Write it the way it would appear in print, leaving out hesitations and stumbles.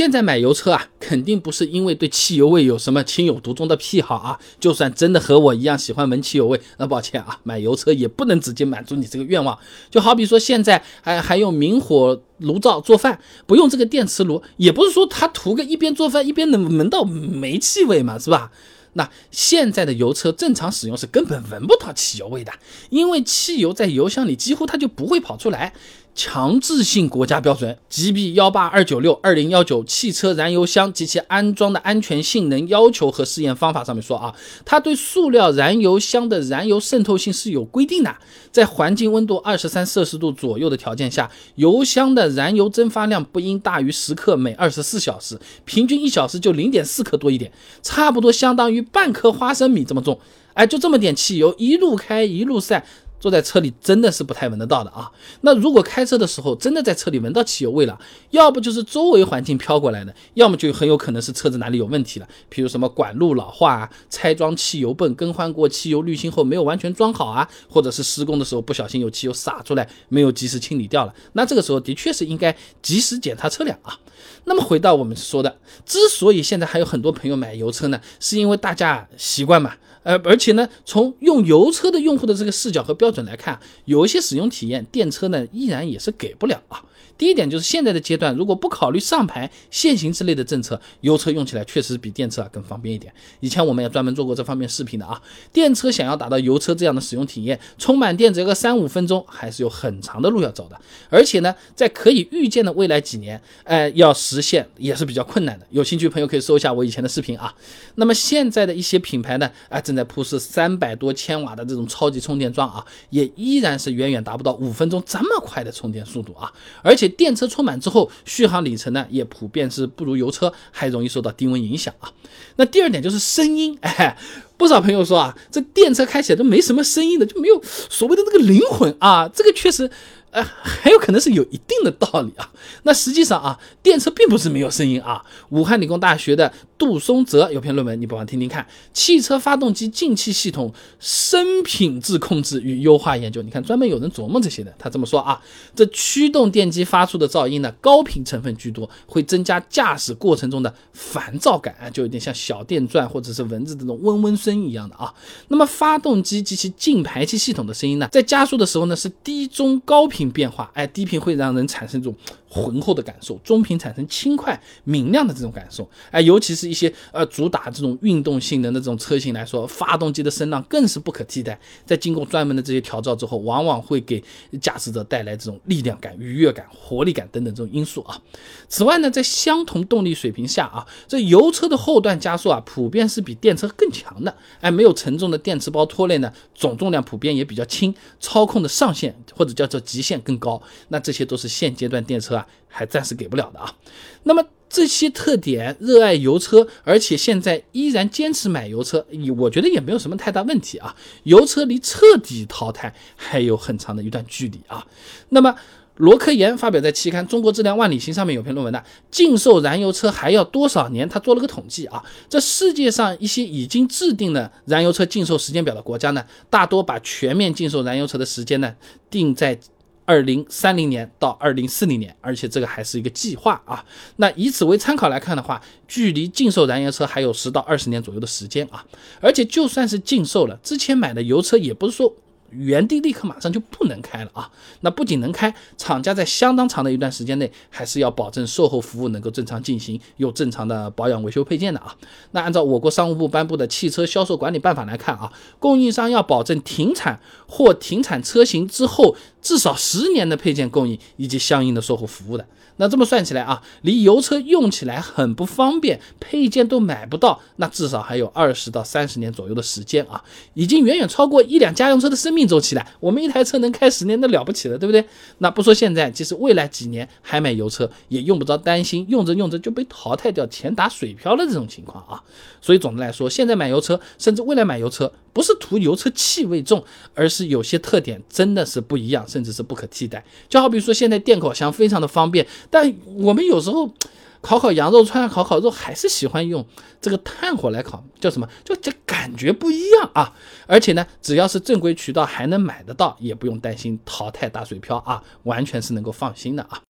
现在买油车啊，肯定不是因为对汽油味有什么情有独钟的癖好啊，就算真的和我一样喜欢闻汽油味，那抱歉啊，买油车也不能直接满足你这个愿望。就好比说现在还用明火炉灶做饭，不用这个电磁炉，也不是说他图个一边做饭一边能闻到煤气味嘛，是吧？那现在的油车正常使用是根本闻不到汽油味的，因为汽油在油箱里几乎它就不会跑出来。强制性国家标准 GB18296-2019 汽车燃油箱及其安装的安全性能要求和试验方法上面说啊，它对塑料燃油箱的燃油渗透性是有规定的，在环境温度23摄氏度左右的条件下，油箱的燃油蒸发量不应大于10克每24小时，平均1小时就 0.4 克多一点，差不多相当于半颗花生米这么重。就这么点汽油，一路开一路晒，坐在车里真的是不太闻得到的啊。那如果开车的时候真的在车里闻到汽油味了，要不就是周围环境飘过来的，要么就很有可能是车子哪里有问题了，比如什么管路老化啊，拆装汽油泵更换过汽油滤芯后没有完全装好啊，或者是施工的时候不小心有汽油洒出来没有及时清理掉了，那这个时候的确是应该及时检查车辆啊。那么回到我们说的，之所以现在还有很多朋友买油车呢，是因为大家习惯嘛，而且呢，从用油车的用户的这个视角和标准来看，有一些使用体验电车呢依然也是给不了啊。第一点就是现在的阶段，如果不考虑上牌限行之类的政策，油车用起来确实比电车更方便一点。以前我们也专门做过这方面视频的啊。电车想要达到油车这样的使用体验，充满电只有个3-5分钟，还是有很长的路要走的。而且呢，在可以预见的未来几年，要实现也是比较困难的。有兴趣的朋友可以搜一下我以前的视频啊。那么现在的一些品牌呢，正在铺设300多千瓦的这种超级充电桩啊，也依然是远远达不到5分钟这么快的充电速度啊。而且电车充满之后，续航里程呢也普遍是不如油车，还容易受到低温影响啊。那第二点就是声音，不少朋友说啊，这电车开起来都没什么声音的，就没有所谓的这个灵魂啊，这个确实还有可能是有一定的道理啊。那实际上啊，电车并不是没有声音啊。武汉理工大学的杜松泽有篇论文，你不妨听听看，汽车发动机进气系统声品质控制与优化研究。你看专门有人琢磨这些的，他这么说啊，这驱动电机发出的噪音呢，高频成分居多，会增加驾驶过程中的烦躁感，就有点像小电钻或者是蚊子这种嗡嗡声一样的啊。那么发动机及其进排气系统的声音呢，在加速的时候呢是低中高频变化，低频会让人产生这种浑厚的感受，中频产生轻快明亮的这种感受，尤其是一些主打这种运动性能的这种车型来说，发动机的声浪更是不可替代。在经过专门的这些调教之后，往往会给驾驶者带来这种力量感、愉悦感、活力感等等这种因素啊。此外呢，在相同动力水平下啊，这油车的后段加速啊，普遍是比电车更强的。没有沉重的电池包拖累呢，总重量普遍也比较轻，操控的上限或者叫做极限更高。那这些都是现阶段电车还暂时给不了的啊。那么这些特点，热爱油车，而且现在依然坚持买油车，我觉得也没有什么太大问题啊。油车离彻底淘汰还有很长的一段距离啊。那么罗科研发表在期刊《中国质量万里行》上面有篇论文的，禁售燃油车还要多少年？他做了个统计啊，这世界上一些已经制定了燃油车禁售时间表的国家呢，大多把全面禁售燃油车的时间呢定在2030年到2040年，而且这个还是一个计划啊。那以此为参考来看的话，距离禁售燃油车还有10到20年左右的时间啊。而且就算是禁售了，之前买的油车也不是说原地立刻马上就不能开了啊。那不仅能开，厂家在相当长的一段时间内还是要保证售后服务能够正常进行，有正常的保养维修配件的啊。那按照我国商务部颁布的汽车销售管理办法来看啊，供应商要保证停产或停产车型之后至少10年的配件供应以及相应的售后服务的。那这么算起来啊，离油车用起来很不方便，配件都买不到，那至少还有20到30年左右的时间啊，已经远远超过1辆家用车的生命周期了。我们一台车能开10年都了不起了，对不对？那不说现在，即使未来几年还买油车，也用不着担心用着用着就被淘汰掉、钱打水漂了这种情况啊。所以总的来说，现在买油车，甚至未来买油车，不是图油车气味重，而是有些特点真的是不一样，甚至是不可替代。就好比说现在电烤箱非常的方便，但我们有时候烤羊肉、烤肉还是喜欢用这个炭火来烤，叫什么？就这感觉不一样啊！而且呢，只要是正规渠道还能买得到，也不用担心淘汰打水漂啊，完全是能够放心的啊。